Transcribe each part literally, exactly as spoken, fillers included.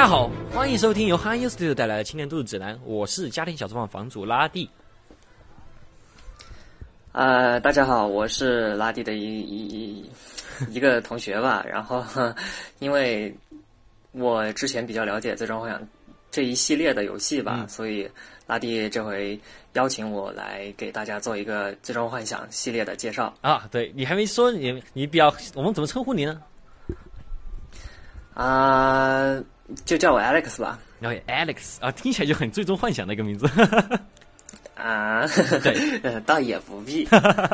家好，欢迎收听由 Hanyu Studio 带来的青年都市指南，我是家庭小作坊房主拉蒂。 呃，大家好，我是拉蒂的一一一个同学吧。然后，因为我之前比较了解《最终幻想》这一系列的游戏吧，嗯、所以拉蒂这回邀请我来给大家做一个《最终幻想》系列的介绍啊。对，你还没说你你比较，我们怎么称呼你呢？ 啊、呃，就叫我 Alex 吧。 然后 Alex 啊，听起来就很《最终幻想》的一个名字。 啊，对，倒也不必。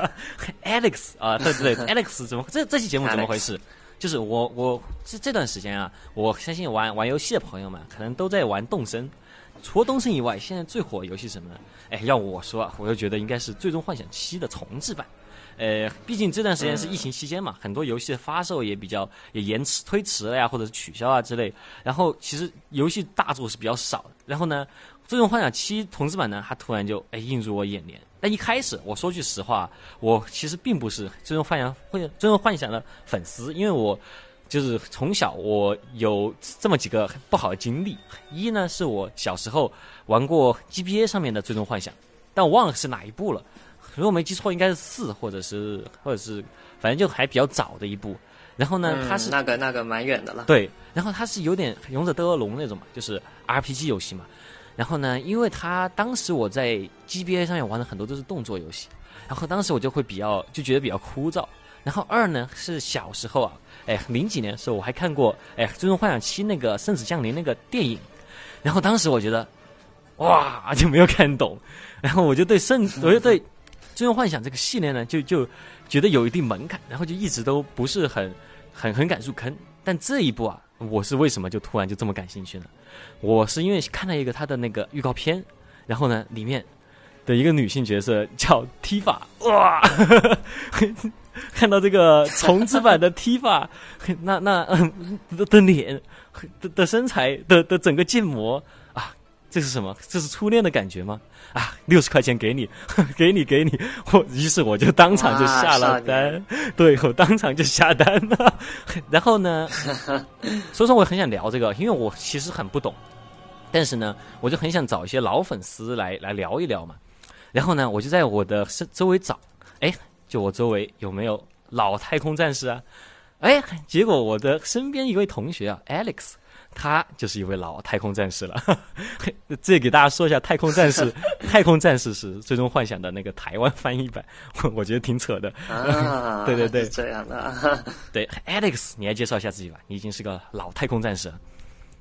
Alex 啊，对对对，Alex 怎么这这期节目怎么回事？就是我我这这段时间啊，我相信玩玩游戏的朋友们可能都在玩动森。除了动森以外，现在最火的游戏是什么呢？哎，要我说啊，我就觉得应该是《最终幻想七》的重制版。呃，毕竟这段时间是疫情期间嘛，嗯、很多游戏的发售也比较也延迟、推迟了呀，或者是取消啊之类。然后其实游戏大作是比较少的。然后呢，《最终幻想七》重制版呢，它突然就哎映入我眼帘。但一开始我说句实话，我其实并不是《最终幻想》或者《最终幻想》的粉丝，因为我就是从小我有这么几个不好的经历。一呢，是我小时候玩过 G B A 上面的《最终幻想》，但我忘了是哪一部了。如果没记错，应该是四，或者是或者是，反正就还比较早的一部。然后呢， 嗯、 它是那个那个蛮远的了。 对，然后它是有点勇者斗恶龙那种嘛，就是 R P G 游戏嘛。然后呢，因为它当时我在 G B A 上面玩的很多都是动作游戏，然后当时我就会比较就觉得比较枯燥。然后二呢是小时候啊，哎，零几年的时候我还看过哎《最终幻想七》那个圣子降临那个电影，然后当时我觉得哇就没有看懂，然后我就对圣我就对。最终幻想这个系列呢，就就觉得有一定门槛，然后就一直都不是很很很敢入坑。但这一部啊，我是为什么就突然就这么感兴趣呢？我是因为看到一个他的那个预告片，然后呢，里面的一个女性角色叫 Tifa， 哇，看到这个重制版的 Tifa， 那那、嗯、的, 的脸的的身材的的整个建模啊。这是什么？这是初恋的感觉吗？啊，六十块钱给你，给你，给你！我于是我就当场就下了单，对，我当场就下单了。然后呢，所以说我很想聊这个，因为我其实很不懂，但是呢，我就很想找一些老粉丝来来聊一聊嘛。然后呢，我就在我的周围找，哎，就我周围有没有老太空战士啊？哎，结果我的身边一位同学啊 ，Alex。他就是一位老太空战士了，这给大家说一下，太空战士，太空战士是最终幻想的那个台湾翻译版，我觉得挺扯的。 啊， 对对对， 这样的、啊。 对 ，Alex， 你来介绍一下自己吧，你已经是个老太空战士了。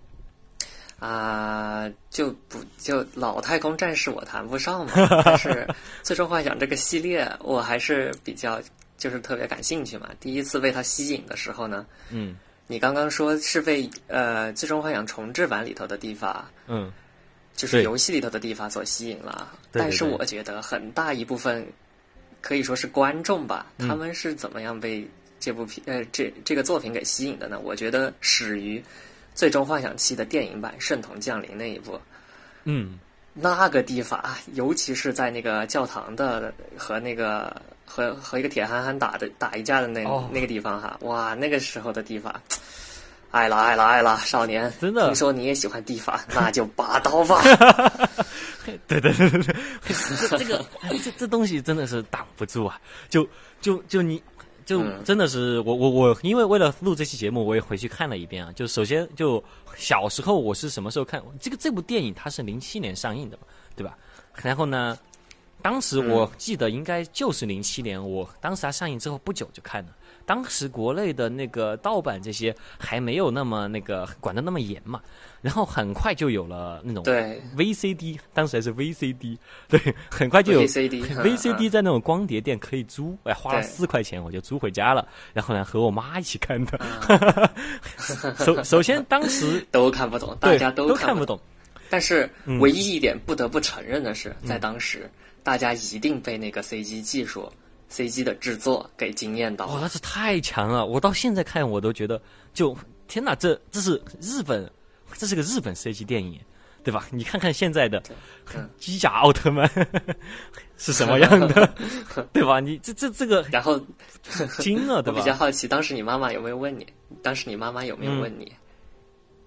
啊、呃，就不就老太空战士我谈不上嘛，但是最终幻想这个系列我还是比较就是特别感兴趣嘛。第一次被它吸引的时候呢， 嗯。 你刚刚说是被呃《最终幻想》重置版里头的地方， 嗯， 就是游戏里头的地方所吸引了。 对对对， 但是我觉得很大一部分可以说是观众吧， 嗯、 他们是怎么样被这部片呃这这个作品给吸引的呢？我觉得始于《最终幻想七》的电影版《圣童降临》那一部。 嗯， 那个地方，尤其是在那个教堂的和那个。和和一个铁憨憨打的打一架的那、oh. 那个地方哈，哇，那个时候的地方，爱了爱了爱了，少年， 真的， 听说你也喜欢地法，那就拔刀吧。 对对对对对，这这个这这东西真的是挡不住啊！就就就你就真的是、嗯、我我我，因为为了录这期节目，我也回去看了一遍啊。就首先就小时候我是什么时候看这个这部电影？它是零七年上映的嘛，对吧？然后呢？当时我记得应该就是零七年，我当时它上映之后不久就看了。当时国内的那个盗版这些还没有那么那个管得那么严嘛，然后很快就有了那种 V C D， 当时还是 V C D， 对，很快就有 V C D， V C D 在那种光碟店可以租，哎，花了四块钱我就租回家了，然后呢和我妈一起看的。首首先当时都看不懂，大家都看不懂， 但是唯一一点不得不承认的是，嗯、在当时。大家一定被那个 C G 技术、C G 的制作给惊艳到了。 哇，那是太强了！我到现在看，我都觉得，就天哪，这这是日本，这是个日本 C G 电影，对吧？你看看现在的机甲奥特曼是什么样的，对吧？你这这这个， 然后惊了，对吧？ 我比较好奇，当时你妈妈有没有问你？当时你妈妈有没有问你？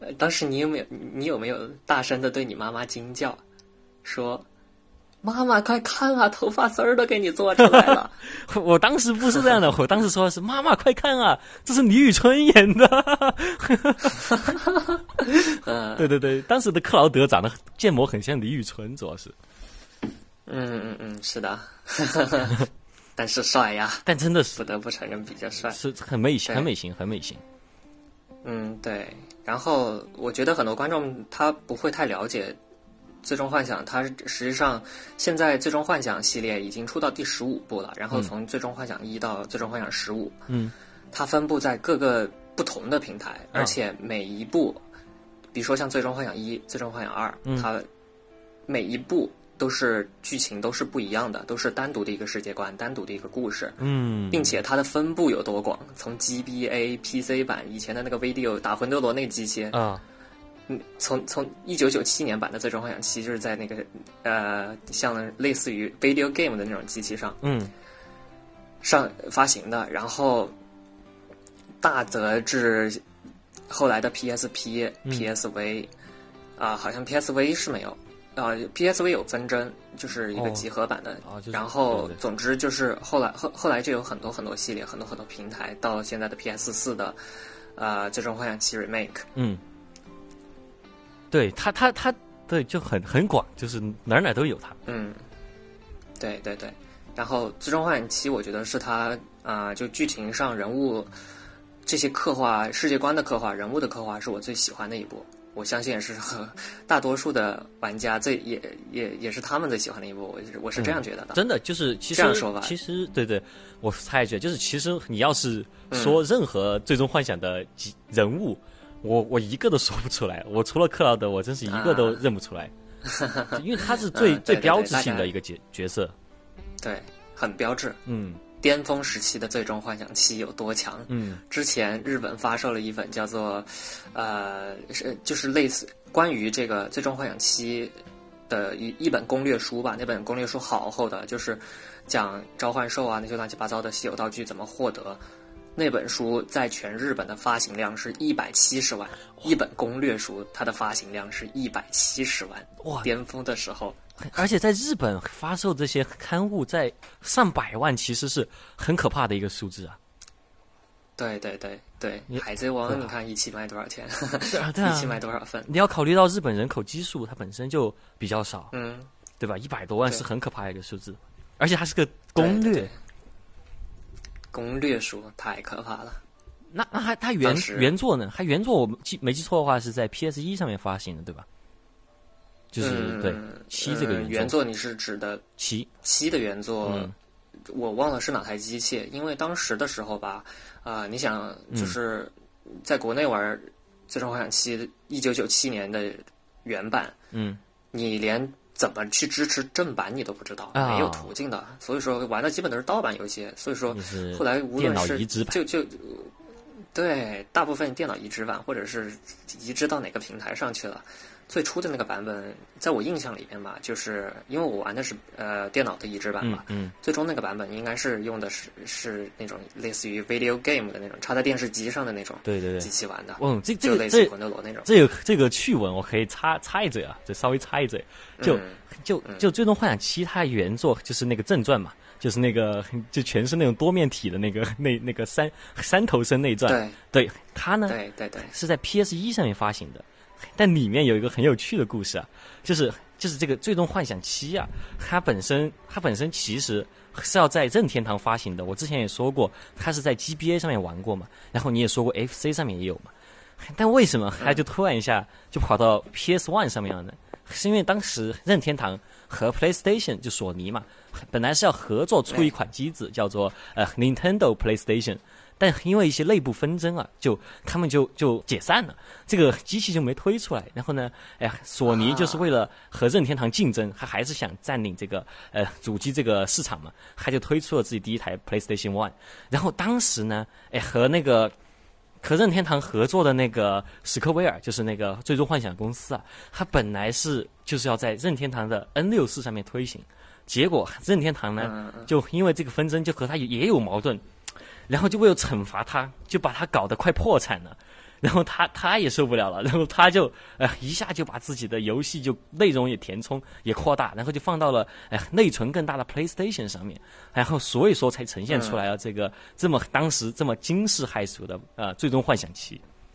呃当时你有没有你有没有大声的对你妈妈惊叫，说妈妈快看啊，头发丝儿都给你做出来了。 我当时不是这样的，我当时说的是妈妈快看啊，这是李宇春演的。 嗯， 对对对，当时的克劳德长得建模很像李宇春，主要是。 嗯嗯嗯，是的。但是帅呀， 但真的是不得不承认比较帅， 是很美型，很美型，很美型。 嗯，对。然后我觉得很多观众他不会太了解最终幻想，它实际上现在最终幻想系列已经出到第十五部了，然后从最终幻想一到最终幻想十五， 嗯， 它分布在各个不同的平台，而且每一部，比如说像最终幻想一、最终幻想二，它每一部都是剧情都是不一样的，都是单独的一个世界观，单独的一个故事， 嗯， 并且它的分布有多广，从 G B A、P C 版以前的那个 Video 打魂斗罗那机器啊。 从从一九九七年版的最终幻想七，就是在那个呃，像类似于 video game 的那种机器上， 嗯， 上发行的，然后大则至后来的 P S P、P S V， 啊、呃，好像 P S V 是没有，啊、呃、，P S V 有分帧，就是一个集合版的， 哦哦就是、 然后对对总之就是后来后后来就有很多很多系列，很多很多平台，到现在的 P S 四的呃最终幻想七 remake， 嗯。对他，他他对就很很广，就是哪儿哪儿都有他。 嗯，对对对。然后《最终幻想七》，我觉得是他啊、呃，就剧情上人物这些刻画、世界观的刻画、人物的刻画，是我最喜欢的一部。我相信也是和大多数的玩家最也也也是他们最喜欢的一部。我我是这样觉得的。 嗯、真的就是其实这样说吧， 其实对对，我插一句，就是其实你要是说任何《最终幻想》的人物。嗯我我一个都说不出来，我除了克劳德，我真是一个都认不出来，啊、因为他是最、嗯、最标志性的一个角角色， 对，很标志。 嗯， 巅峰时期的最终幻想七有多强？ 嗯， 之前日本发售了一本叫做，呃，是就是类似关于这个最终幻想七的一一本攻略书吧。那本攻略书好厚的，就是讲召唤兽啊那些乱七八糟的稀有道具怎么获得。那本书在全日本的发行量是一百七十万，一本攻略书它的发行量是一百七十万，哇！巅峰的时候， 而且在日本发售这些刊物在上百万，其实是很可怕的一个数字啊。 对对对对，海贼王你看一期卖多少钱？ 对啊，对啊， 一期卖多少份？ 你要考虑到日本人口基数，它本身就比较少， 嗯， 对吧？一百多万是很可怕的一个数字，而且它是个攻略。 对对对攻略书太可怕了。 那那还它原原作呢？它原作我记没记错的话是在 P S 一 上面发行的，对吧？就是、 嗯、 对七这个原作、 嗯。原作你是指的七七的原作、 嗯？ 我忘了是哪台机器，因为当时的时候吧，啊、呃，你想就是在国内玩《最终幻想七》一九九七年的原版， 嗯， 你连怎么去支持正版你都不知道， 啊、 没有途径的，所以说玩的基本都是盗版游戏。所以说后来无论是电脑移植版， 就就对大部分电脑移植版或者是移植到哪个平台上去了。最初的那个版本，在我印象里边吧，就是因为我玩的是呃电脑的移植版嘛， 嗯，嗯最终那个版本应该是用的是是那种类似于 video game 的那种插在电视机上的那种， 对对对， 机器玩的， 嗯，这这就类似于魂斗罗那种。 这个这个趣闻我可以插插一嘴啊，就稍微插一嘴，就、 嗯、 就就最终幻想七它原作就是那个正传嘛。就是那个，就全是那种多面体的那个，那那个三三头身内传， 对， 对，它呢， 对对对， 是在 P S 一 上面发行的，但里面有一个很有趣的故事啊，就是就是这个最终幻想七啊，它本身它本身其实是要在任天堂发行的，我之前也说过，它是在 G B A 上面玩过嘛，然后你也说过 F C 上面也有嘛，但为什么它就突然一下就跑到 P S 一 上面了呢？是因为当时任天堂和 PlayStation 就索尼嘛，本来是要合作出一款机子，叫做呃 Nintendo PlayStation， 但因为一些内部纷争啊，就他们就就解散了，这个机器就没推出来。然后呢，哎呀，索尼就是为了和任天堂竞争，他还是想占领这个呃主机这个市场嘛，他就推出了自己第一台 PlayStation One。然后当时呢，哎和那个。和任天堂合作的那个史克威尔，就是那个最终幻想公司啊，它本来是就是要在任天堂的 N 六十四 上面推行，结果任天堂呢，就因为这个纷争，就和他也有矛盾，然后就为了惩罚他，就把他搞得快破产了。 然后他他也受不了了，然后他就哎、呃、一下就把自己的游戏就内容也填充也扩大，然后就放到了哎、呃、内存更大的 PlayStation 上面，然后所以说才呈现出来了这个、嗯、这么当时这么惊世骇俗的呃最终幻想七。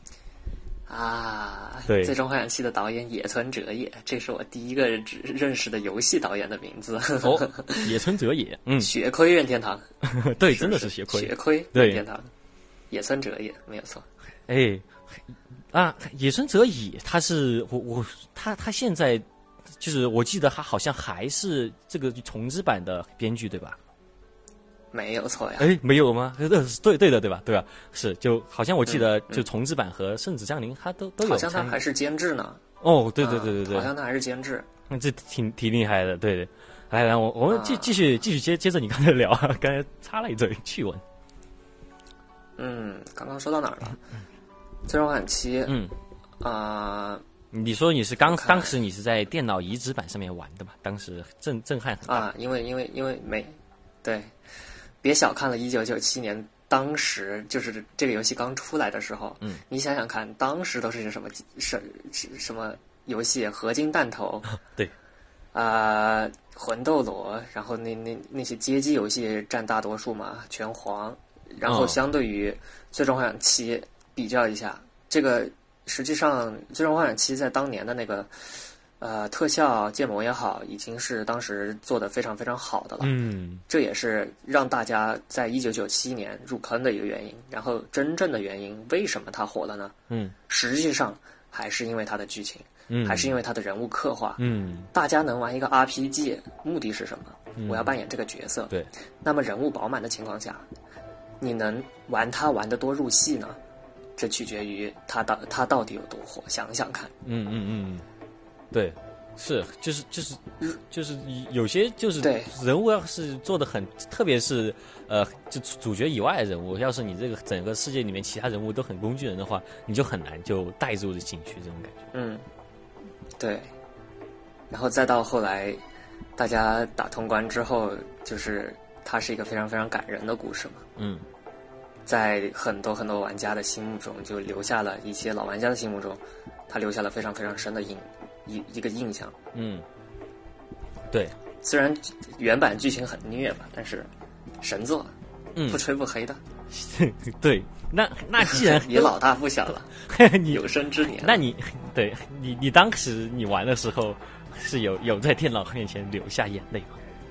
啊， 对， 最终幻想七的导演野村哲也，这是我第一个认识的游戏导演的名字。 哦，野村哲也，嗯， 血亏任天堂， 对，真的是血亏， 血亏任天堂，野村哲也没有错。 哎，啊，野村哲也，他是我我他他现在就是我记得他好像还是这个重制版的编剧对吧？ 没有错呀！ 哎，没有吗？对对的，对吧？对吧？是，就好像我记得，就重制版和圣子降临，它都都有。 好像他还是监制呢。 哦，对对对对对， 好像他还是监制。 那这挺挺厉害的，对对。来来，我我们继继续继续接接着你刚才聊，刚才插了一嘴趣闻。 嗯，刚刚说到哪儿了？最终幻想七。 嗯。 啊、呃， 你说你是刚当时你是在电脑移植版上面玩的嘛？当时震震撼很大啊，因为因为因为没对。别小看了一九九七年，当时就是这个游戏刚出来的时候， 嗯， 你想想看，当时都是什么什什么游戏，合金弹头， 对， 啊、呃，魂斗罗，然后那那那些街机游戏占大多数嘛，拳皇，然后相对于最终幻想七比较一下，这个实际上最终幻想七在当年的那个。呃，特效建模也好，已经是当时做的非常非常好的了。 嗯， 这也是让大家在一九九七年入坑的一个原因。然后，真正的原因，为什么它火了呢？ 嗯， 实际上还是因为它的剧情， 嗯， 还是因为它的人物刻画。 嗯， 大家能玩一个 R P G， 目的是什么？ 嗯、 我要扮演这个角色。 对。 那么人物饱满的情况下，你能玩它玩得多入戏呢？这取决于它到它到底有多火。想想看。 嗯嗯嗯。对，是，就是就是就是有些就是人物要是做的很，特别是呃，就主角以外的人物，要是你这个整个世界里面其他人物都很工具人的话，你就很难就带入进去这种感觉。 嗯，对。然后再到后来，大家打通关之后，就是它是一个非常非常感人的故事嘛。 嗯， 在很多很多玩家的心目中，就留下了一些老玩家的心目中，它留下了非常非常深的印。一一个印象， 嗯，对， 虽然原版剧情很虐吧，但是神作， 嗯， 不吹不黑的， 对，那那既然你老大不小了， 你有生之年， 那你对你你当时你玩的时候是有有在电脑面前流下眼泪吗？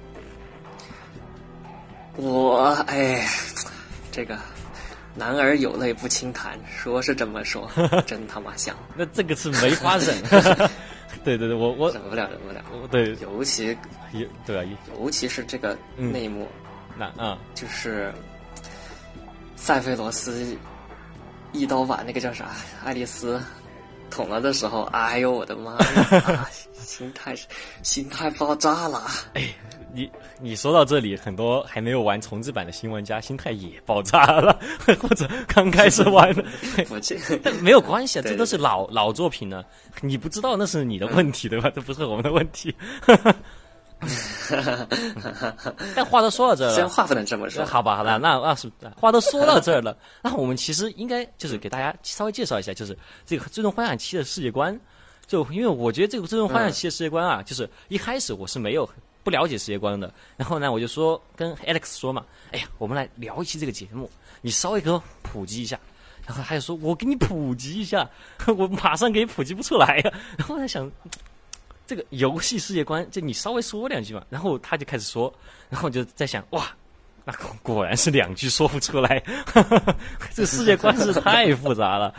我哎，这个。男儿有泪不轻弹，说是这么说，真他妈像。 那这个是没法忍。对对对，我我忍不了，忍不了。 对， 尤其对啊， 尤其是这个内幕， 那啊、嗯， 就是塞菲罗斯一刀把那个叫啥爱丽丝捅了的时候，哎呦我的妈呀，心态心态爆炸了。 哎，你你说到这里，很多还没有玩重置版的新玩家心态也爆炸了，或者刚开始玩的， 我这但没有关系啊，这都是老老作品了，你不知道那是你的问题，对吧？这不是我们的问题。但话都说到这儿了， 虽然话不能这么说， 好吧，好了，那那是话都说到这儿了，那我们其实应该就是给大家稍微介绍一下，就是这个《最终幻想七》的世界观。就因为我觉得这个《最终幻想七》的世界观啊，嗯、就是一开始我是没有不了解世界观的，然后呢，我就说跟 Alex 说嘛，哎呀，我们来聊一期这个节目，你稍微给我普及一下。然后他就说，我给你普及一下，我马上给你普及不出来呀。然后我在想。这个游戏世界观，就你稍微说两句嘛，然后他就开始说，然后我就在想，哇，那果然是两句说不出来，这个世界观是太复杂了。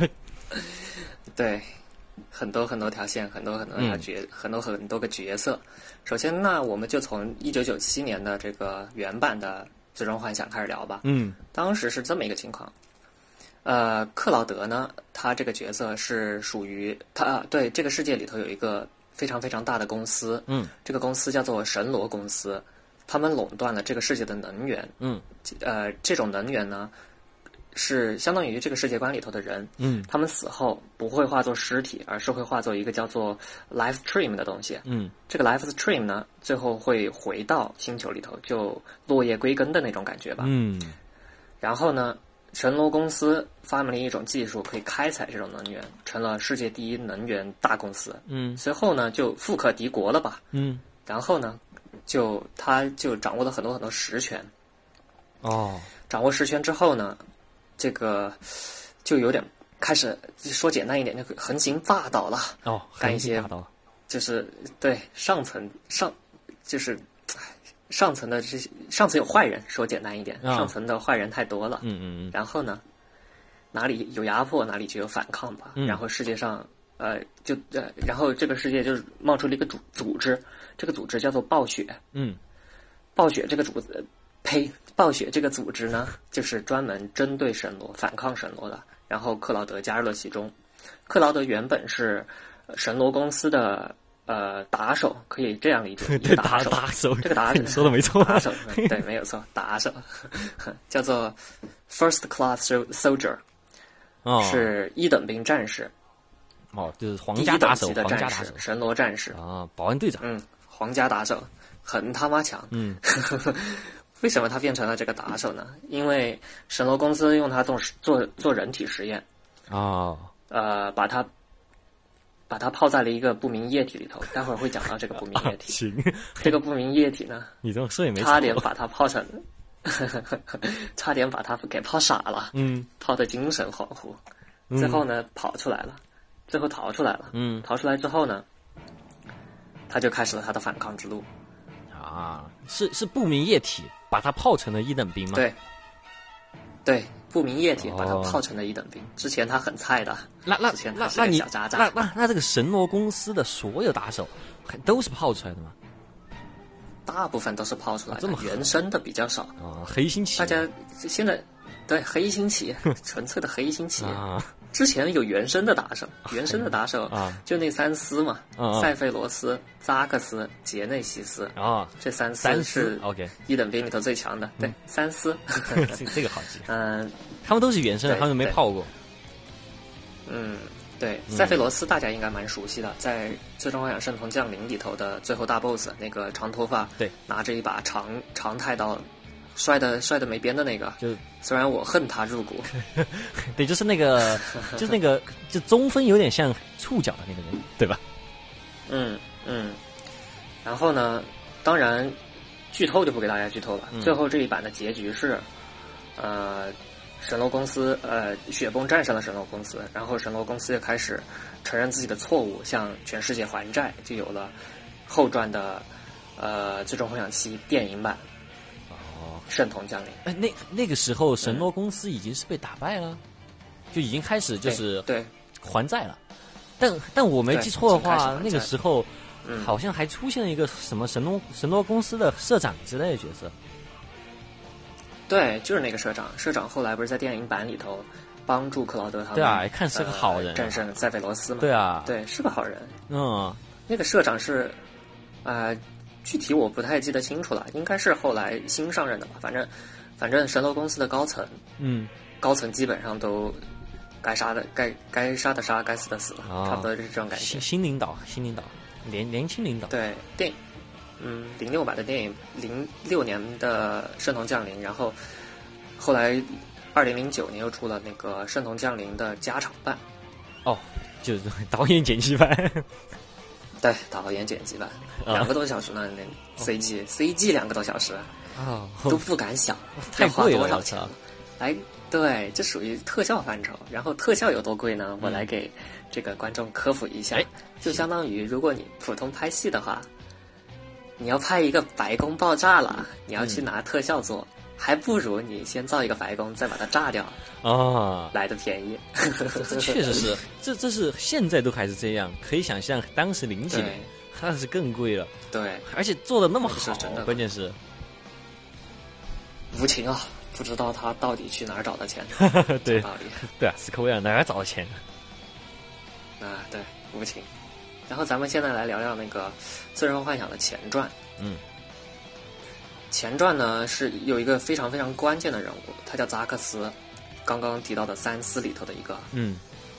对，很多很多条线，很多很多条角，嗯、很多很多个角色。首先，那我们就从一九九七年的这个原版的《最终幻想》开始聊吧。 嗯， 当时是这么一个情况。呃，克劳德呢，他这个角色是属于他对这个世界里头有一个。非常非常大的公司， 嗯， 这个公司叫做神罗公司，他们垄断了这个世界的能源， 嗯， 呃，这种能源呢，是相当于这个世界观里头的人， 嗯， 他们死后不会化作尸体，而是会化作一个叫做 life stream 的东西， 嗯， 这个 life stream 呢，最后会回到星球里头，就落叶归根的那种感觉吧， 嗯， 然后呢， 神罗公司发明了一种技术，可以开采这种能源，成了世界第一能源大公司。 嗯， 随后呢，就富可敌国了吧？ 嗯， 然后呢，就他就掌握了很多很多实权。 哦， 掌握实权之后呢，这个就有点开始说简单一点，就横行霸道了。 哦， 干一些霸道， 就是对上层上就是上层的这些上层有坏人，说简单一点， 啊上层的坏人太多了。 嗯嗯嗯， 然后呢，哪里有压迫，哪里就有反抗吧。 嗯然后世界上呃就呃，然后这个世界就是冒出了一个组组织，这个组织叫做暴雪。 嗯， 暴雪这个组织，呸，暴雪这个组织呢，就是专门针对神罗、反抗神罗的。然后克劳德加入了其中。克劳德原本是呃神罗公司的呃打手，可以这样理解，一对， 个打手。 打手， 这个打手你说的没错， 打手，嗯对，没有错，打手叫做 First Class Soldier，、 哦， 是一等兵战士， 哦，就是皇第家打手， 一等级的战士皇家打手， 神罗战士。 啊，保安队长， 嗯，皇家打手很他妈强。 嗯， 为什么他变成了这个打手呢？因为神罗公司用它做做做人体实验， 哦， 呃，把它把它泡在了一个不明液体里头。待会儿会讲到这个不明液体。 行， 这个不明液体呢， 你这么说也没错， 差点把它泡成，差点把它给泡傻了， 嗯， 泡得精神恍惚。 嗯最后呢，跑出来了，最后逃出来了。 嗯逃出来之后呢，他就开始了他的反抗之路。 啊，是是不明液体把它泡成了一等兵吗？， 对，对，不明液体把它哦泡成了一等兵。之前他很菜的， 那那之前他是个那那你小渣渣那那那这个神罗公司的所有打手都是泡出来的吗？ 大部分都是泡出来的， 这么狠原生的比较少。 啊，黑心企大家现在对黑心企业，纯粹的黑心企业。 啊之前有原生的打手，原生的打手啊就那三司嘛， 啊啊塞费罗斯、扎克斯、杰内西斯， 啊， 这三三司是司 OK， 一等兵里头最强的。对，三司。 这这个好记， 嗯他们都是原生的， 对他们没对泡过。 嗯，对，塞费罗斯大家应该蛮熟悉的，在《最终幻想圣童降临》里头的最后大 boss 那个长头发， 对， 拿着一把长长太刀，帅的帅的没边的那个， 就虽然我恨他入骨。 对，就是那个，就是那个，就中分有点像触角的那个人，对吧？ 嗯嗯，然后呢，当然剧透就不给大家剧透了。 嗯最后这一版的结局是，呃，神罗公司呃雪崩战胜了神罗公司，然后神罗公司也开始承认自己的错误，向全世界还债，就有了后传的呃《最终幻想七》电影版哦， 《圣童降临》。 哎，那那个时候神罗公司已经是被打败了，就已经开始就是对， 还债了。但但我没对记错的话， 已经开始还债那个时候嗯， 好像还出现了一个什么神罗神罗公司的社长之类的角色。 对，就是那个社长。社长后来不是在电影版里头帮助克劳德他们？ 对啊，看是个好人啊呃战胜塞费罗斯嘛。 对啊， 对，是个好人。 嗯， 那个社长是，呃，具体我不太记得清楚了，应该是后来新上任的吧。反正，反正神罗公司的高层， 嗯， 高层基本上都该杀的该该杀的杀，该死的死了， 哦差不多就是这种感觉新。新领导，新领导，年年轻领导。 对，电，嗯，零六版的电影，零六年的《圣童降临》，然后后来二零零九年又出了那个《圣童降临》的加长版。 哦，就是导演剪辑版。 对，导演剪辑版， 啊两个多小时呢，那 C G、C G 两个多小时。 哦， 都不敢想， 太要花贵了我多少钱操！ 来，对，这属于特效范畴。然后特效有多贵呢？我嗯来给这个观众科普一下， 哎就相当于如果你普通拍戏的话，你要拍一个白宫爆炸了，你要去拿特效做，还不如你先造一个白宫，再把它炸掉， 啊， 来的便宜。 这确实是，这这是现在都还是这样，可以想象当时零几年对那是更贵了， 对， 而且做的那么那是好真的， 关键是， 无情啊，不知道他到底去哪儿找的钱。 对道理。 对啊，斯科威尔哪儿找钱？ 啊，对，无情。然后咱们现在来聊聊那个《最终幻想》的前传。 嗯， 前传呢是有一个非常非常关键的人物，他叫扎克斯，刚刚提到的三司里头的一个。 嗯，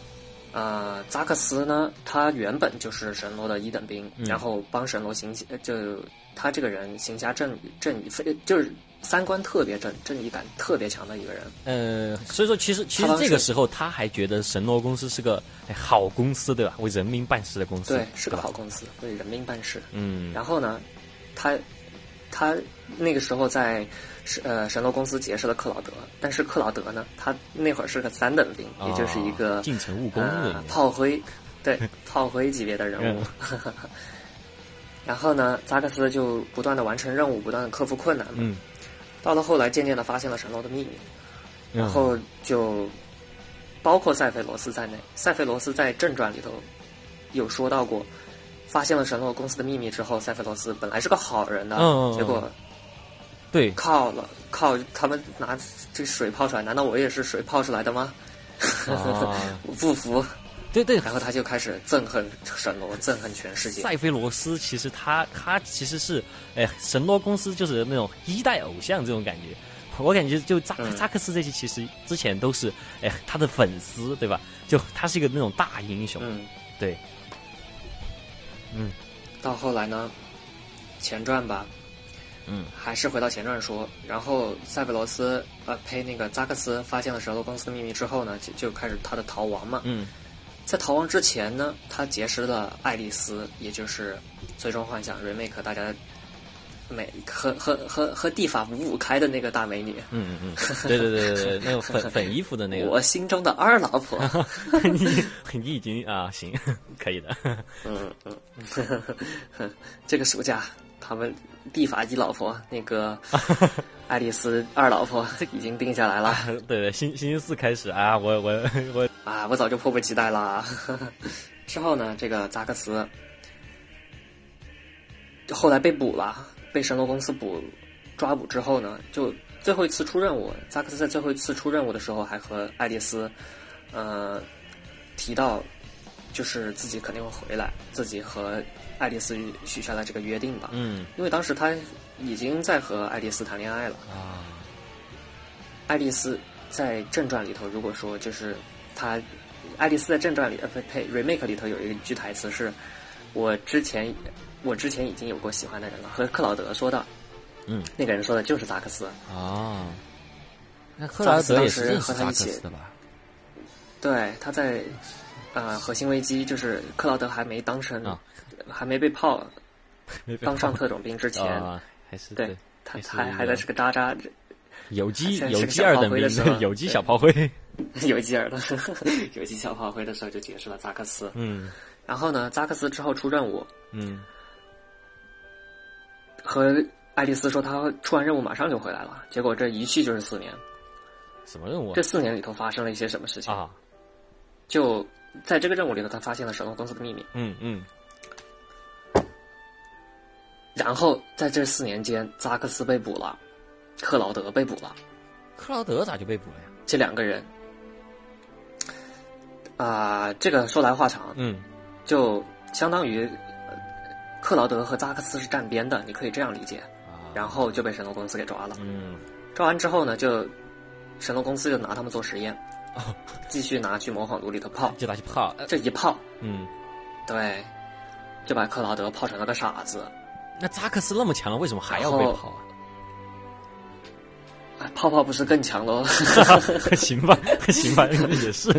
呃，扎克斯呢，他原本就是神罗的一等兵， 嗯、 然后帮神罗行就他这个人行侠正正义，非就是三观特别正，正义感特别强的一个人。 呃，所以说其实其实这个时候他还觉得神罗公司是个、哎、好公司，对吧？为人民办事的公司， 对，是个好公司，为人民办事。 嗯， 然后呢，他他那个时候在呃神罗公司结识了克劳德，但是克劳德呢，他那会儿是个三等兵， 哦、 也就是一个进城务工的、 呃、炮灰，对炮灰级别的人物。嗯然后呢，扎克斯就不断的完成任务，不断的克服困难嘛。 嗯， 到了后来，渐渐的发现了神罗的秘密， 嗯、 然后就包括塞菲罗斯在内。塞菲罗斯在正传里头有说到过，发现了神罗公司的秘密之后，塞菲罗斯本来是个好人的， 嗯、 结果对靠了靠他们拿这水泡出来，难道我也是水泡出来的吗？ 啊、 我不服。 对对， 然后他就开始憎恨神罗，憎恨全世界。 塞菲罗斯其实他他其实是，哎，神罗公司就是那种一代偶像这种感觉。我感觉就扎扎克斯这些其实之前都是，哎，他的粉丝对吧？就他是一个那种大英雄。 嗯， 对。嗯， 到后来呢，前传吧， 嗯， 还是回到前传说。然后塞菲罗斯呃呸那个扎克斯发现了神罗公司的秘密之后呢，就就开始他的逃亡嘛。 嗯。 在逃亡之前呢，他结识了爱丽丝，也就是《最终幻想》remake 大家美和和和和地法五五开的那个大美女。 嗯嗯嗯，对对对对对，那个粉粉衣服的那个。 我心中的二老婆。 你你已经啊行，可以的。 嗯嗯，这个暑假他们地法一老婆那个爱丽丝二老婆已经定下来了。 对对，星星期四开始啊，我我我啊，我早就迫不及待啦。之后呢，这个扎克斯后来被捕了，被神罗公司捕抓捕之后呢，就最后一次出任务，扎克斯在最后一次出任务的时候，还和爱丽丝呃提到，就是自己肯定会回来，自己和爱丽丝许下了这个约定吧。 嗯， 因为当时他已经在和爱丽丝谈恋爱了啊。 爱丽丝在正传里头，如果说就是他，爱丽丝在正传里呃不呸 remake 里头有一句台词是，我之前我之前已经有过喜欢的人了，和克劳德说的。 嗯， 那个人说的就是扎克斯啊。那克劳德也是认识扎克斯的吧？ 对，他在呃核心危机，就是克劳德还没当成、 啊、 还没被泡当上特种兵之前， 啊、还是对他还还在是个渣渣。 有机有机二等兵，有机小炮灰， 有机二的有机小炮灰的时候就结识了扎克斯。 嗯， 然后呢，扎克斯之后出任务， 嗯， 和爱丽丝说他出完任务马上就回来了，结果这一去就是四年。 什么任务、啊？ 这四年里头发生了一些什么事情啊？ 就在这个任务里头，他发现了神罗公司的秘密。 嗯嗯。 然后在这四年间，扎克斯被捕了。克劳德被捕了， 克劳德咋就被捕了呀？ 这两个人，啊、呃，这个说来话长， 嗯， 就相当于克劳德和扎克斯是站边的，你可以这样理解。 啊、 然后就被神罗公司给抓了， 嗯， 抓完之后呢，就神罗公司就拿他们做实验， 哦， 继续拿去模仿炉里头泡， 就拿去泡， 这一泡， 嗯， 对，就把克劳德泡成了个傻子。 那扎克斯那么强了，为什么还要被泡啊？ 泡泡不是更强喽？ 行吧，行吧，也是。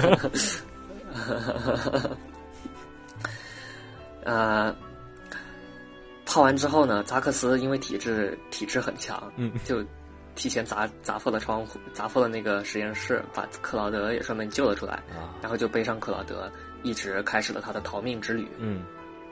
呃，泡完之后呢，扎克斯因为体质体质很强， 嗯， 就提前砸砸破了窗户，砸破了那个实验室，把克劳德也顺便救了出来， 啊， 然后就背上克劳德，一直开始了他的逃命之旅。 嗯，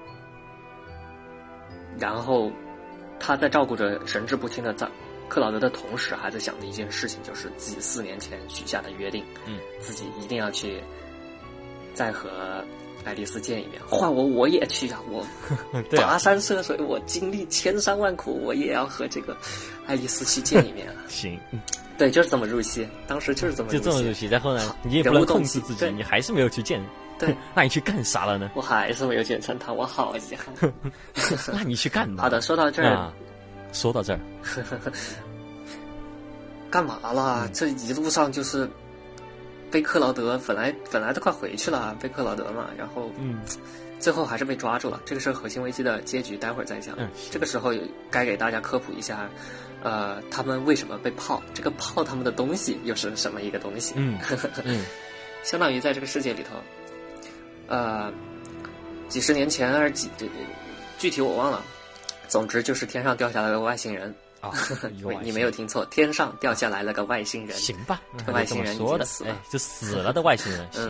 然后他在照顾着神志不清的扎克劳德的同时，还在想的一件事情，就是自己四年前许下的约定， 嗯， 自己一定要去再和爱丽丝见一面。换我我也去啊！我跋山涉水，我经历千山万苦，我也要和这个爱丽丝去见一面啊！ 行， 对，就是这么入戏，当时就是这么入戏就这么入戏。然后呢，你也不能控制自己，你还是没有去见。 对， 那你去干啥了呢？ 我还是没有见成他，我好遗憾。 那你去干嘛？ 好的，说到这儿。 啊说到这儿， 干嘛啦？嗯、这一路上就是被克劳德本来本来都快回去了，被克劳德嘛，然后嗯， 最后还是被抓住了。这个是核心危机的结局，待会儿再讲。 嗯， 这个时候该给大家科普一下，呃，他们为什么被泡？这个泡他们的东西又是什么一个东西？ 嗯嗯， 相当于在这个世界里头，呃，几十年前还是几，具体我忘了。总之就是天上掉下来个外星人。 啊、 哦，你没有听错，天上掉下来了个外星人。 行吧， 这个外星人已经死了， 哎，就死了的外星人。行。 嗯。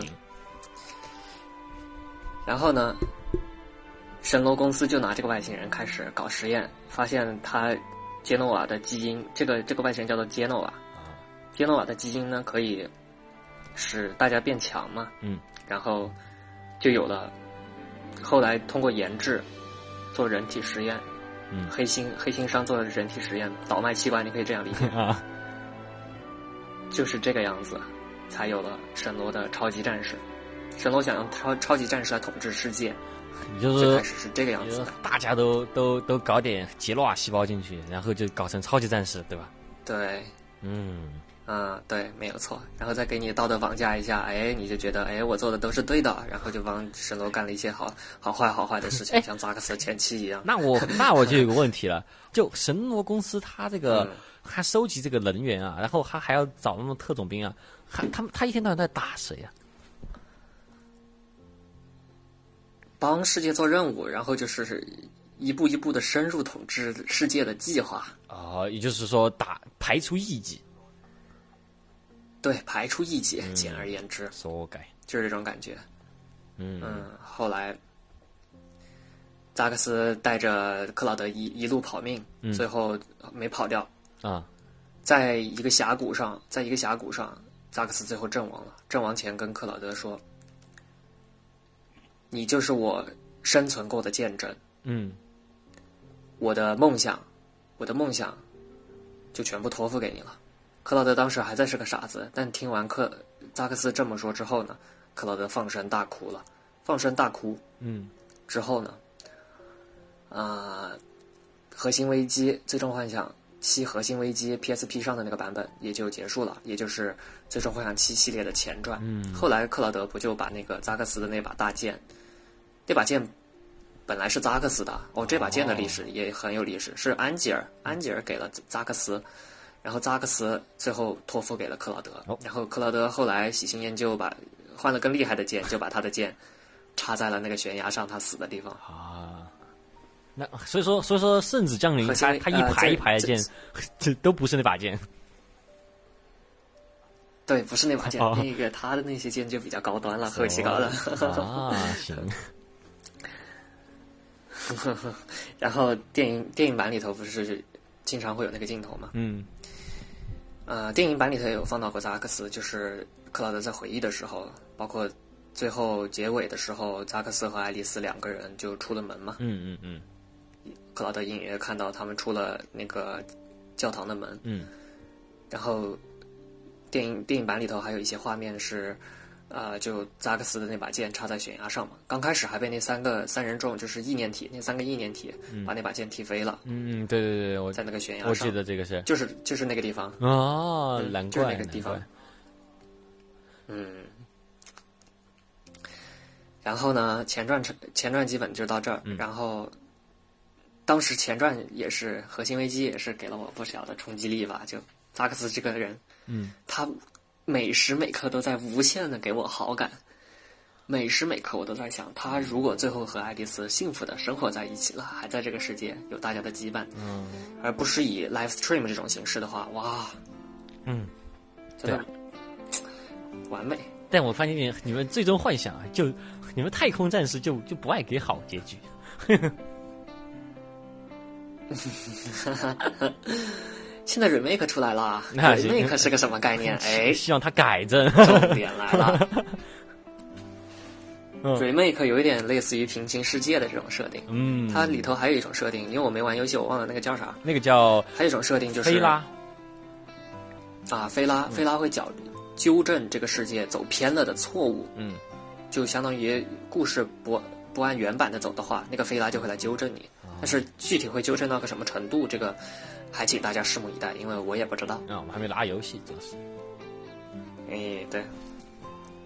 然后呢，神罗公司就拿这个外星人开始搞实验，发现他杰诺瓦的基因，这个这个外星人叫做杰诺瓦。 啊。 杰诺瓦的基因呢，可以使大家变强嘛。 嗯。 然后就有了，后来通过研制做人体实验。 嗯， 黑心黑心商做的人体实验，倒卖器官，你可以这样理解啊， 就是这个样子，才有了神罗的超级战士。神罗想用超超级战士来统治世界， 就是最开始是这个样子的， 大家都都都搞点杰诺瓦细胞进去，然后就搞成超级战士，对吧？ 对， 嗯。 嗯，对，没有错。然后再给你道德绑架一下，哎，你就觉得，哎，我做的都是对的，然后就帮神罗干了一些好好坏好坏的事情，像扎克斯前妻一样。 那我那我就有个问题了，就神罗公司他这个、嗯、他收集这个人员啊，然后他还要找那种特种兵啊，他他他一天到晚在打谁啊？ 帮世界做任务，然后就是一步一步的深入统治世界的计划。 哦，也就是说打排除异己。 对，排除异己，嗯、简而言之， 说改就是这种感觉。 嗯嗯，后来扎克斯带着克劳德一一路跑命， 嗯、 最后没跑掉啊， 在一个峡谷上，在一个峡谷上，扎克斯最后阵亡了。阵亡前跟克劳德说：“你就是我生存过的见证。” 嗯， 我的梦想，我的梦想就全部托付给你了。克劳德当时还在是个傻子，但听完克扎克斯这么说之后呢，克劳德放声大哭了，放声大哭。 嗯， 之后呢，啊、呃，核心危机最终幻想七核心危机 P S P 上的那个版本也就结束了，也就是最终幻想七系列的前传。 嗯， 后来克劳德不就把那个扎克斯的那把大剑，那把剑本来是扎克斯的哦，这把剑的历史也很有历史，是安吉尔，安吉尔给了扎克斯。然后扎克斯最后托付给了克劳德， 哦、 然后克劳德后来喜新厌旧，把换了更厉害的剑，就把他的剑插在了那个悬崖上他死的地方啊。那所以说，所以说圣子降临，他他一排一排的剑，这、呃、都不是那把剑。 对，不是那把剑， 哦、 那个他的那些剑就比较高端了，后期高的。 啊，行。 然后电影电影版里头不是经常会有那个镜头嘛？ 嗯。 呃，电影版里头有放到过扎克斯，就是克劳德在回忆的时候，包括最后结尾的时候，扎克斯和爱丽丝两个人就出了门嘛。 嗯嗯嗯。 克劳德隐约看到他们出了那个教堂的门。 嗯。 然后电影电影版里头还有一些画面是，呃，就扎克斯的那把剑插在悬崖上嘛。刚开始还被那三个三人众，就是意念体，那三个意念体、嗯、把那把剑踢飞了。 嗯，对对对，我在那个悬崖上， 我记得这个是， 就是就是那个地方。 哦，难怪、 嗯、就是那个地方。嗯。然后呢，前传前传基本就到这儿、 嗯。 然后，当时前传也是核心危机，也是给了我不小的冲击力吧。就扎克斯这个人， 嗯， 他每时每刻都在无限的给我好感，每时每刻我都在想，他如果最后和爱丽丝幸福的生活在一起了，还在这个世界有大家的羁绊， 嗯， 而不是以 live stream 这种形式的话，哇， 嗯， 真的完美。 但我发现你你们最终幻想啊，就你们太空战士就就不爱给好结局。 现在 remake 出来了 ，remake 是个什么概念？哎， 希望他改正。 重点来了。 嗯、 remake 有一点类似于平行世界的这种设定。 嗯， 它里头还有一种设定，因为我没玩游戏，我忘了那个叫啥。 那个叫还有一种设定就是菲拉。 啊，菲拉，菲拉会矫纠正这个世界走偏了的错误。 嗯， 就相当于故事不不按原版的走的话，那个菲拉就会来纠正你。哦、但是具体会纠正到个什么程度，这个还请大家拭目以待，因为我也不知道。 啊、哦，我们还没拉游戏，主要是。 哎，对。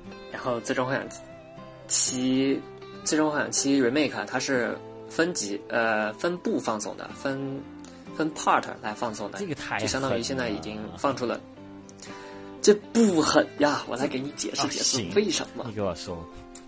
然后《最终幻想七》《最终幻想七 Remake》它是分级呃分部放送的，分分 part 来放送的， 这个太就相当于现在已经放出了。这不狠呀！我来给你解释解释为什么。 你给我说，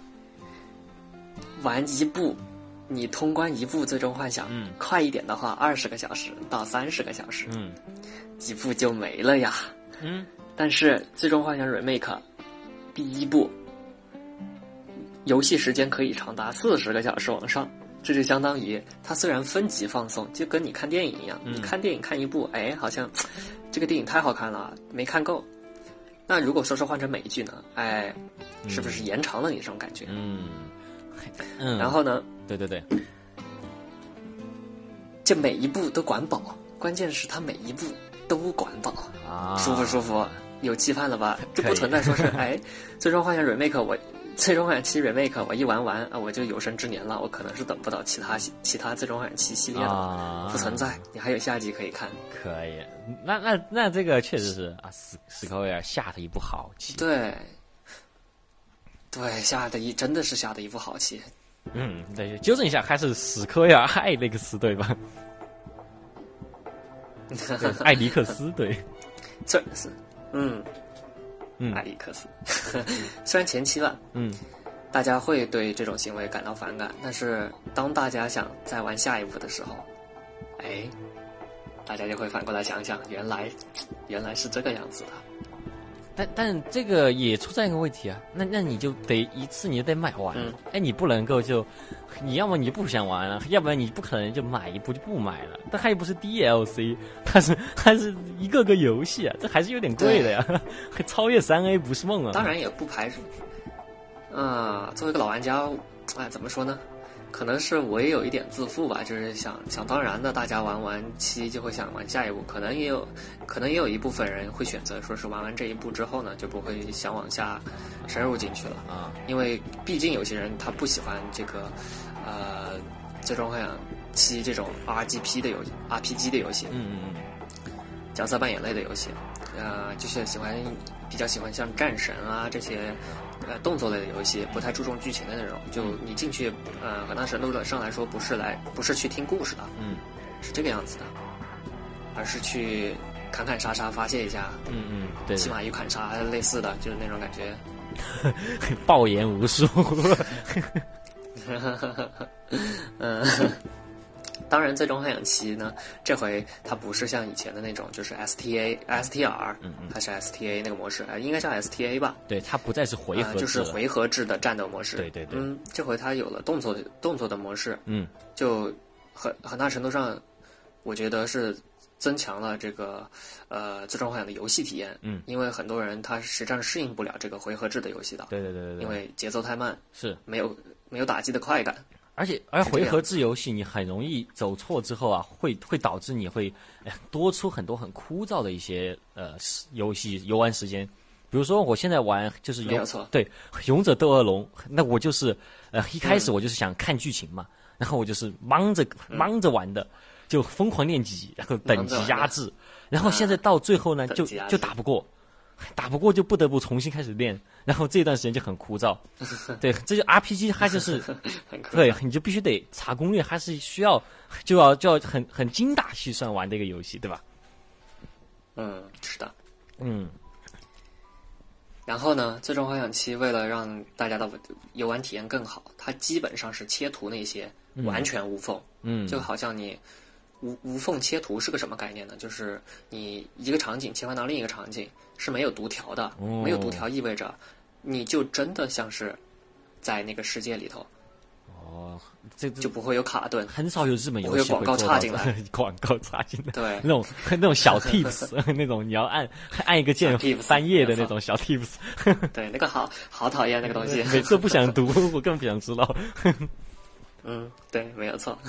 玩一部，你通关一部《最终幻想》， 嗯， 快一点的话，二十个小时到三十个小时， 嗯， 一部就没了呀。 嗯， 但是《最终幻想 Remake》第一部，游戏时间可以长达四十个小时往上，这就相当于它虽然分级放送，就跟你看电影一样， 嗯、 你看电影看一部，哎，好像这个电影太好看了，没看够。那如果说是换成美剧呢？哎，是不是延长了你这种感觉？ 嗯，嗯， 然后呢？ 对对对， 这每一步都管饱，关键是它每一步都管饱啊， 舒不舒服？有期盼了吧？就不存在说是哎，最终幻想 remake 我，最终幻想七 remake 我一玩完啊，我就有生之年了，我可能是等不到其他其他最终幻想七系列的， 啊、 不存在，你还有下集可以看。 可以，那那那这个确实是啊，史史克威尔下的一部好棋。 对，对，下的一真的是下的一部好棋。 嗯，对，纠正一下，还是史克威尔艾利克斯对吧？对艾利克斯对， 这是。嗯， 嗯， 艾利克斯，虽然前期吧， 嗯， 大家会对这种行为感到反感，但是当大家想再玩下一步的时候，哎，大家就会反过来想想，原来，原来是这个样子的。 但但这个也出现一个问题啊，那那你就得一次你就得买完， 嗯、 哎，你不能够就，你要么你不想玩了，要不然你不可能就买一部就不买了。但它又不是 D L C， 它是它是一个个游戏啊，这还是有点贵的呀，超越三 A 不是梦啊。 当然也不排除，啊、呃，作为一个老玩家，哎，怎么说呢？可能是我也有一点自负吧，就是想想当然的，大家玩完七就会想玩下一步，可能也有，可能也有一部分人会选择说是玩完这一步之后呢，就不会想往下深入进去了啊， 因为毕竟有些人他不喜欢这个，呃，最终幻想七这种 R G P 的游 R P G 的游戏， 嗯嗯嗯， 角色扮演类的游戏，呃，就是喜欢比较喜欢像战神啊这些。呃，动作类的游戏不太注重剧情的那种，就你进去，呃，很大程度上来说不是来，不是去听故事的， 嗯， 是这个样子的，而是去砍砍杀杀发泄一下， 嗯嗯，对， 骑马与砍杀类似的，就是那种感觉， 爆言无数， 嗯。当然，最终幻想七呢，这回它不是像以前的那种，就是 S T A、S T R， 嗯嗯， 它是 S T A 那个模式，呃，应该叫 S T A 吧？ 对，它不再是回合制、 呃，就是回合制的战斗模式。 对对对。 嗯，这回它有了动作动作的模式， 嗯， 就很很大程度上，我觉得是增强了这个呃最终幻想的游戏体验。 嗯， 因为很多人他实际上适应不了这个回合制的游戏的。 对对对对对。 因为节奏太慢， 是没有没有打击的快感。 而且，而回合制游戏你很容易走错之后啊，会会导致你会多出很多很枯燥的一些呃游戏游玩时间。比如说，我现在玩就是没有错， 对勇者斗恶龙，那我就是呃一开始我就是想看剧情嘛，嗯、然后我就是忙着忙着玩的，就疯狂练级，然后等级压制，然后现在到最后呢，就就打不过。打不过就不得不重新开始练，然后这段时间就很枯燥。对，这就 R P G 它就是对，你就必须得查攻略，它是需要就要就要很很精打细算玩的一个游戏，对吧？ 嗯，是的， 嗯。 然后呢，最终幻想七为了让大家的游玩体验更好，它基本上是切图那些完全无缝。 嗯， 就好像你。无无缝切图是个什么概念呢？就是你一个场景切换到另一个场景是没有读条的， 哦、 没有读条意味着你就真的像是在那个世界里头。 哦，这就不会有卡顿， 很少有日本游戏会有广告插进来， 广告插进来， 对， 那种那种小 tips， 那种你要按按一个键翻页的那种小 tips， 对，那个好好讨厌那个东西， 每次不想读，我更不想知道。 嗯，对，没有错。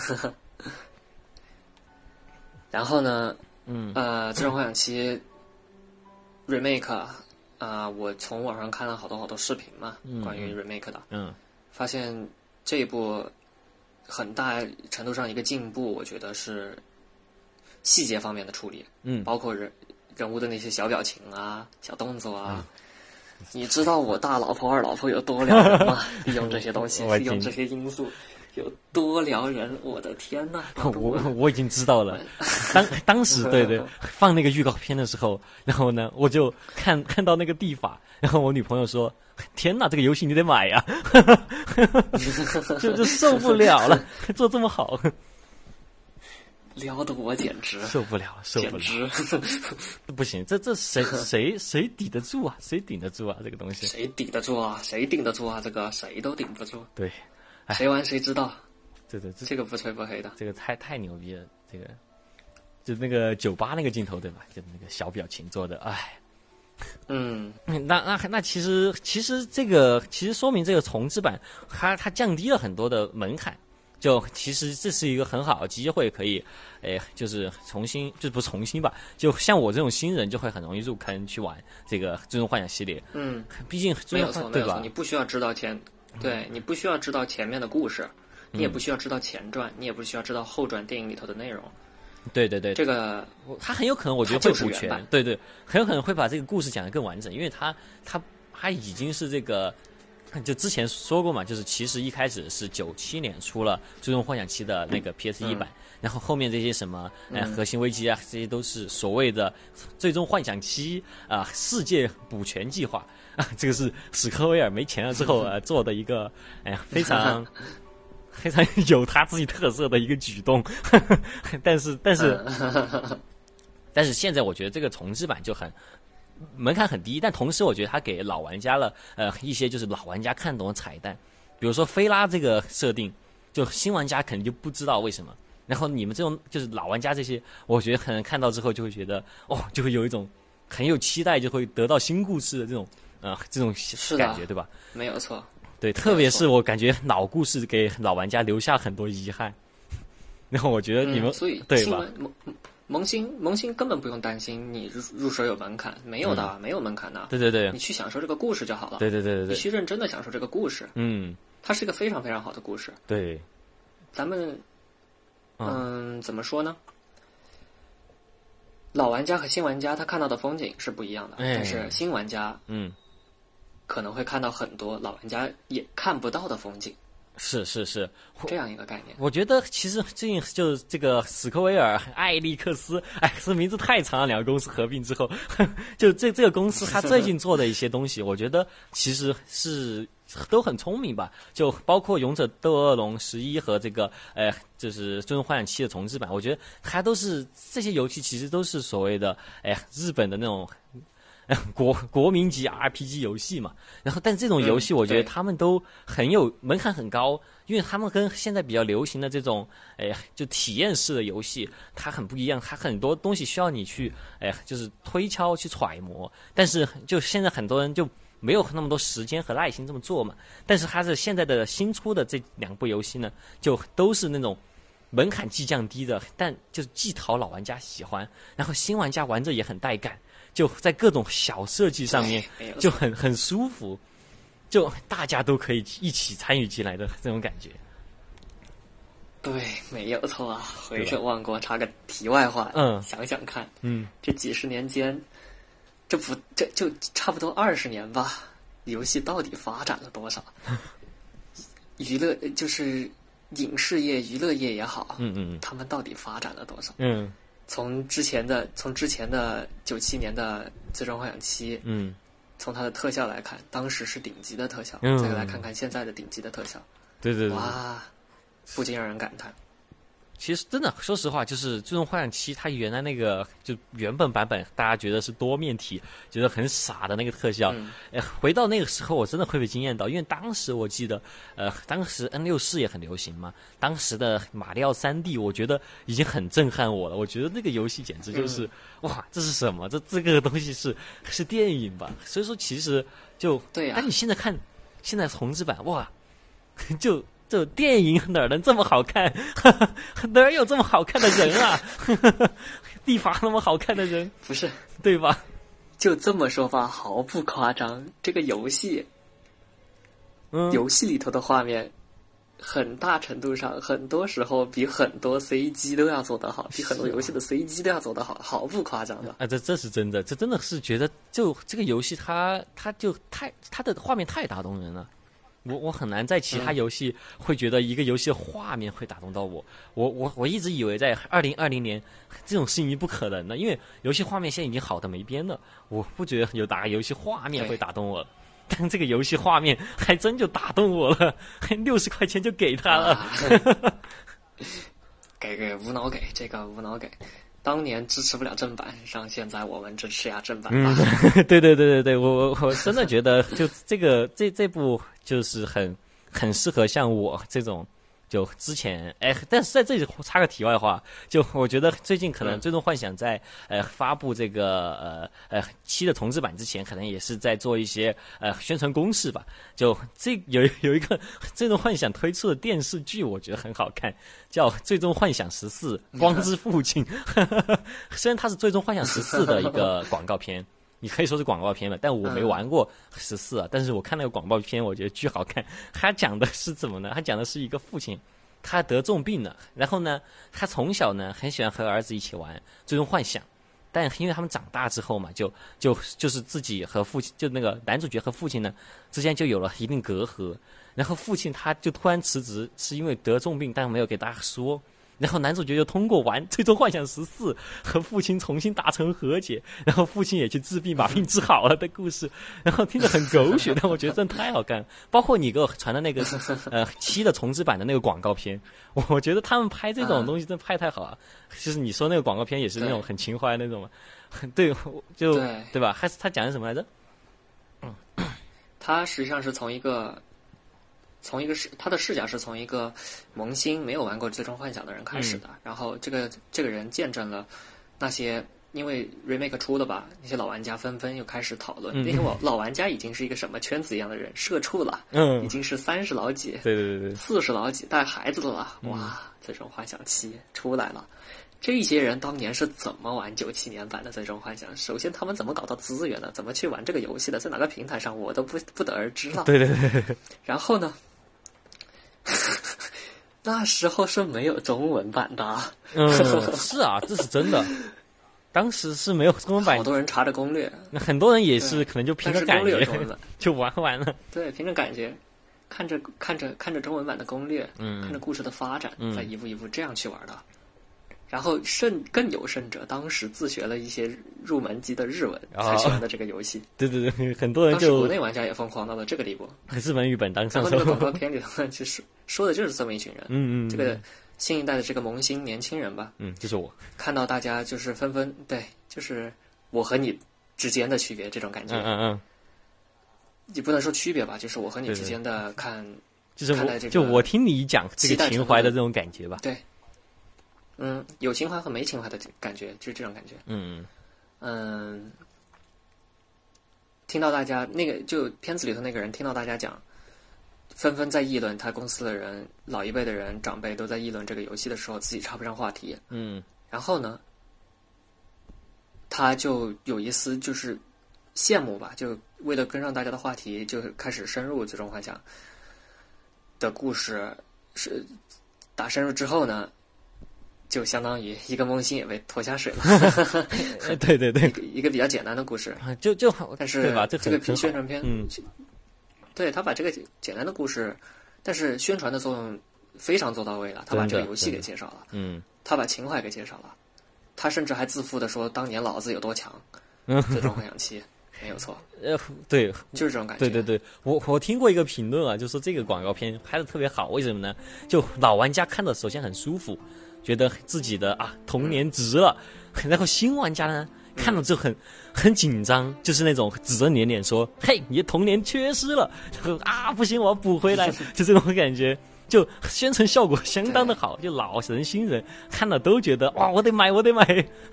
然后呢， 嗯， 呃，最终幻想七 remake 啊、呃，我从网上看了好多好多视频嘛， 嗯、 关于 remake 的， 嗯， 发现这一部很大程度上一个进步，我觉得是细节方面的处理， 嗯， 包括人人物的那些小表情啊、小动作啊， 你知道我大老婆二老婆有多撩人吗？利用这些东西，利用这些因素有多撩人，我的天呐！ 我我已经知道了。当当时对对放那个预告片的时候，然后呢，我就看看到那个地法，然后我女朋友说：“天哪，这个游戏你得买呀！”就就受不了了，做这么好。 撩得我简直受不了，受不了，简直不行！这这谁谁谁抵得住啊？谁顶得住啊？这个东西谁顶得住啊？谁顶得住啊？这个谁都顶不住。 对， 谁玩谁知道。 对对， 这个不吹不黑的， 这个太太牛逼了。这个就那个酒吧那个镜头对吧？就那个小表情做的，哎， 嗯， 那那那其实其实这个其实说明这个重制版它它降低了很多的门槛。就其实这是一个很好的机会，可以，哎，就是重新，就不重新吧，就像我这种新人就会很容易入坑去玩这个《最终幻想》系列。 嗯， 毕竟没有错， 对吧？ 你不需要知道前，对你不需要知道前面的故事，你也不需要知道前传，你也不需要知道后传电影里头的内容。 对对对， 这个他很有可能，我觉得会补全，对对，很有可能会把这个故事讲得更完整，因为他他他已经是这个。就之前说过嘛，就是其实一开始是九七年出了《最终幻想七》的那个 P S 一版，嗯、然后后面这些什么呃核心危机啊，这些都是所谓的《最终幻想七》啊、呃、世界补全计划啊，这个是史克威尔没钱了之后呃做的一个哎呀非常非常有他自己特色的一个举动，呵呵但是但是但是现在我觉得这个重制版就很。门槛很低，但同时我觉得他给老玩家了呃一些就是老玩家看懂的彩蛋，比如说菲拉这个设定，就新玩家肯定就不知道为什么。然后你们这种就是老玩家这些，我觉得可能看到之后就会觉得哦，就会有一种很有期待，就会得到新故事的这种呃这种感觉，对吧？ 没有错， 对，特别是我感觉老故事给老玩家留下很多遗憾。然后我觉得你们、 嗯、所以对吧？ 萌新萌新根本不用担心你入入手有门槛，没有的，嗯、没有门槛的。 对对对， 你去享受这个故事就好了。 对对对对对， 你去认真的享受这个故事。 嗯， 它是一个非常非常好的故事。 对， 咱们，嗯，怎么说呢？老玩家和新玩家他看到的风景是不一样的， 哎、 但是新玩家， 嗯， 可能会看到很多老玩家也看不到的风景。 是是是， 这样一个概念。 我觉得其实最近就是这个史克威尔、艾利克斯，哎，这名字太长了。两个公司合并之后，就这这个公司，他最近做的一些东西，我觉得其实是都很聪明吧。就包括《勇者斗恶龙十一》和这个，呃，就是《最终幻想七》的重制版，我觉得它都是这些游戏，其实都是所谓的，哎呀，日本的那种。国国民级 R P G 游戏嘛，然后但这种游戏我觉得他们都很有门槛很高，因为他们跟现在比较流行的这种哎就体验式的游戏它很不一样，它很多东西需要你去哎就是推敲去揣摩，但是就现在很多人就没有那么多时间和耐心这么做嘛，但是它是现在的新出的这两部游戏呢，就都是那种门槛既降低的，但就是既讨老玩家喜欢，然后新玩家玩着也很带感。就在各种小设计上面就很很舒服，就大家都可以一起参与进来的这种感觉。 对，没有错啊。回首望过，插个题外话， 嗯， 想想看， 嗯， 这几十年间，这不这就差不多二十年吧，游戏到底发展了多少？娱乐就是影视业、娱乐业也好， 嗯嗯， 他们到底发展了多少？ 嗯。 从之前的从之前的九七年的《最终幻想七》， 嗯， 从它的特效来看，当时是顶级的特效， 嗯、 再来看看现在的顶级的特效， 对对对， 哇，不禁让人感叹。 其实真的，说实话，就是《最终幻想七》它原来那个就原本版本，大家觉得是多面体，觉得很傻的那个特效， 嗯、 哎，回到那个时候，我真的会被惊艳到，因为当时我记得，呃，当时 N 六四 也很流行嘛，当时的马里奥 三 D， 我觉得已经很震撼我了。我觉得那个游戏简直就是，嗯、哇，这是什么？这这个东西是是电影吧？所以说，其实就对呀、啊。 但你现在看，现在重制版，哇，就。这电影哪能这么好看？哪有这么好看的人啊？地法那么好看的人， 不是对吧？ 就这么说吧，毫不夸张。这个游戏， 嗯， 游戏里头的画面很大程度上，很多时候比很多 C G 都要做得好，比很多游戏的 C G 都要做得好，毫不夸张的。 啊，这这是真的，这真的是觉得就这个游戏它它就太它的画面太打动人了。我我很难在其他游戏会觉得一个游戏的画面会打动到我。我我我一直以为在二零二零年这种事情不可能的，因为游戏画面现在已经好的没边了。我不觉得有哪个游戏画面会打动我，但这个游戏画面还真就打动我了，还六十块钱就给他了。啊、 给给无脑给，这个无脑给。当年支持不了正版，让现在我们支持下正版吧。 嗯，对对对对对，我我我真的觉得就这个这这部就是很很适合像我这种就之前哎，但是在这里插个题外话，就我觉得最近可能《最终幻想在》呃发布这个呃呃七的重置版之前，可能也是在做一些呃宣传攻势吧。就这有有一个《最终幻想》推出的电视剧，我觉得很好看，叫《最终幻想十四：光之父亲》。虽然它是《最终幻想十四》的一个广告片。你可以说是广告片吧，但我没玩过十四啊。但是我看那个广告片，我觉得巨好看。他讲的是怎么呢？他讲的是一个父亲，他得重病了，然后呢，他从小呢很喜欢和儿子一起玩《最终幻想》，但因为他们长大之后嘛，就就就是自己和父亲，就那个男主角和父亲呢之间就有了一定隔阂。然后父亲他就突然辞职，是因为得重病，但没有给大家说。然后男主角就通过玩《最终幻想十四》和父亲重新达成和解，然后父亲也去治病，把病治好了的故事。然后听着很狗血，但我觉得真的太好看了。包括你给我传的那个呃七的重制版的那个广告片，我觉得他们拍这种东西真的拍太好了。就是你说那个广告片也是那种很情怀那种嘛，对，就 对, 对吧？还是他讲的什么来着？ 嗯，他实际上是从一个。从一个视他的视角是从一个萌新没有玩过《最终幻想》的人开始的，嗯、然后这个这个人见证了那些因为 remake 出的吧，那些老玩家纷纷又开始讨论，嗯、那些老老玩家已经是一个什么圈子一样的人，社畜了，嗯，已经是三十老几， 对对对， 四十老几带孩子的了，哇，嗯、最终幻想七出来了。这些人当年是怎么玩九七年版的《最终幻想》？首先，他们怎么搞到资源的？怎么去玩这个游戏的？在哪个平台上？我都不不得而知了。 对对对。 然后呢？那时候是没有中文版的。 嗯，是啊，这是真的。当时是没有中文版， 好多人查着攻略， 那很多人也是可能就凭着感觉就玩完了。 对，凭着感觉，看着看着看着中文版的攻略，嗯，看着故事的发展，再一步一步这样去玩的。然后甚更有甚者，当时自学了一些入门级的日文，才喜欢的这个游戏。 对对对，很多人就当时国内玩家也疯狂到了这个地步， 日本语本当上手。然后那个广告片里头其实说的就是这么一群人， 嗯 嗯, 嗯， 这个新一代的这个萌新年轻人吧， 嗯，就是我看到大家就是纷纷对，就是我和你之间的区别这种感觉， 嗯嗯嗯， 也不能说区别吧，就是我和你之间的看， 就是看待这个就我听你讲这个情怀的这种感觉吧， 对。嗯，有情怀和没情怀的感觉，就是这种感觉。 嗯嗯，听到大家那个就片子里头那个人听到大家讲，纷纷在议论他公司的人、老一辈的人、长辈都在议论这个游戏的时候，自己插不上话题。 嗯， 然后呢，他就有一丝就是羡慕吧，就为了跟上大家的话题，就开始深入最终幻想的故事。是打深入之后呢？就相当于一个萌新也被拖下水了。 对对对， 一个一个比较简单的故事， 就就但是对吧？这这个宣传片， 嗯， 对他把这个简单的故事，但是宣传的作用非常做到位了。他把这个游戏给介绍了， 嗯， 他把情怀给介绍了，他甚至还自负的说当年老子有多强。嗯，最终幻想七没有错。 呃，对， 就是这种感觉。 对对对，我我听过一个评论啊，就说这个广告片拍的特别好，为什么呢？就老玩家看的首先很舒服。觉得自己的啊童年值了，然后新玩家呢看了之后很很紧张，就是那种指着你的脸说：“嘿，你的童年缺失了。”然后啊不行，我要补回来，就这种感觉，就宣传效果相当的好，就老人新人看了都觉得哇，我得买，我得买。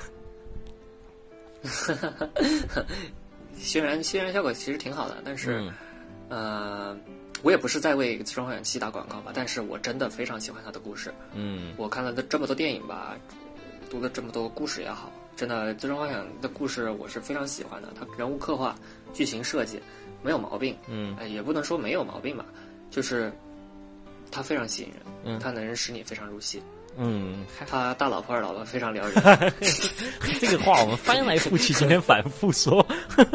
渲染渲染效果其实挺好的，但是，嗯、呃。我也不是在为《最终幻想七》打广告吧，但是我真的非常喜欢他的故事。 嗯， 我看了这么多电影吧，读了这么多故事也好，真的《最终幻想》的故事我是非常喜欢的。他人物刻画、剧情设计没有毛病， 嗯， 呃，也不能说没有毛病吧，就是它非常吸引人， 嗯， 它能使你非常入戏。 嗯， 他大老婆二老婆非常撩人。 这个话我们翻来覆去，今天反复说。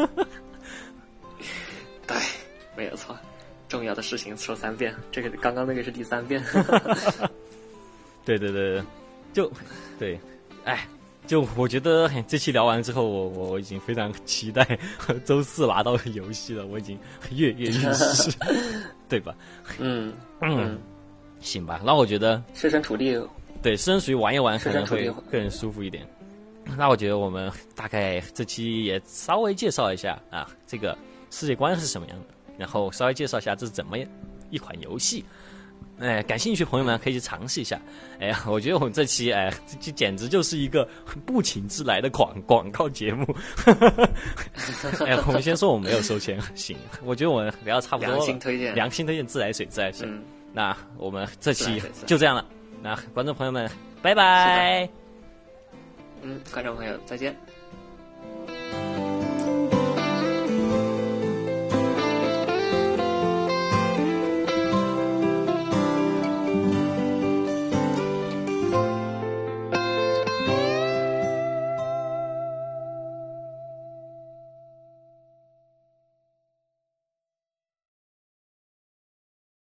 对，没有错。重要的事情说三遍，这个刚刚那个是第三遍。 对对对，就对，哎，就我觉得这期聊完之后，我我已经非常期待周四拿到游戏了，我已经跃跃欲试，对吧？ 嗯嗯，嗯行吧，那我觉得设身处地。 对，设身处地玩一玩可能会更人舒服一点。那我觉得我们大概这期也稍微介绍一下啊，这个世界观是什么样的，然后稍微介绍一下这是怎么一款游戏。哎，感兴趣的朋友们可以去尝试一下。哎呀，我觉得我们这期哎，这简直就是一个不请自来的广广告节目。哎，我们先说我们没有收钱，行，我觉得我们聊差不多了。 良心推荐， 良心推荐自来水，自来水。 嗯， 那我们这期就这样了。那观众朋友们，拜拜。 嗯，观众朋友再见。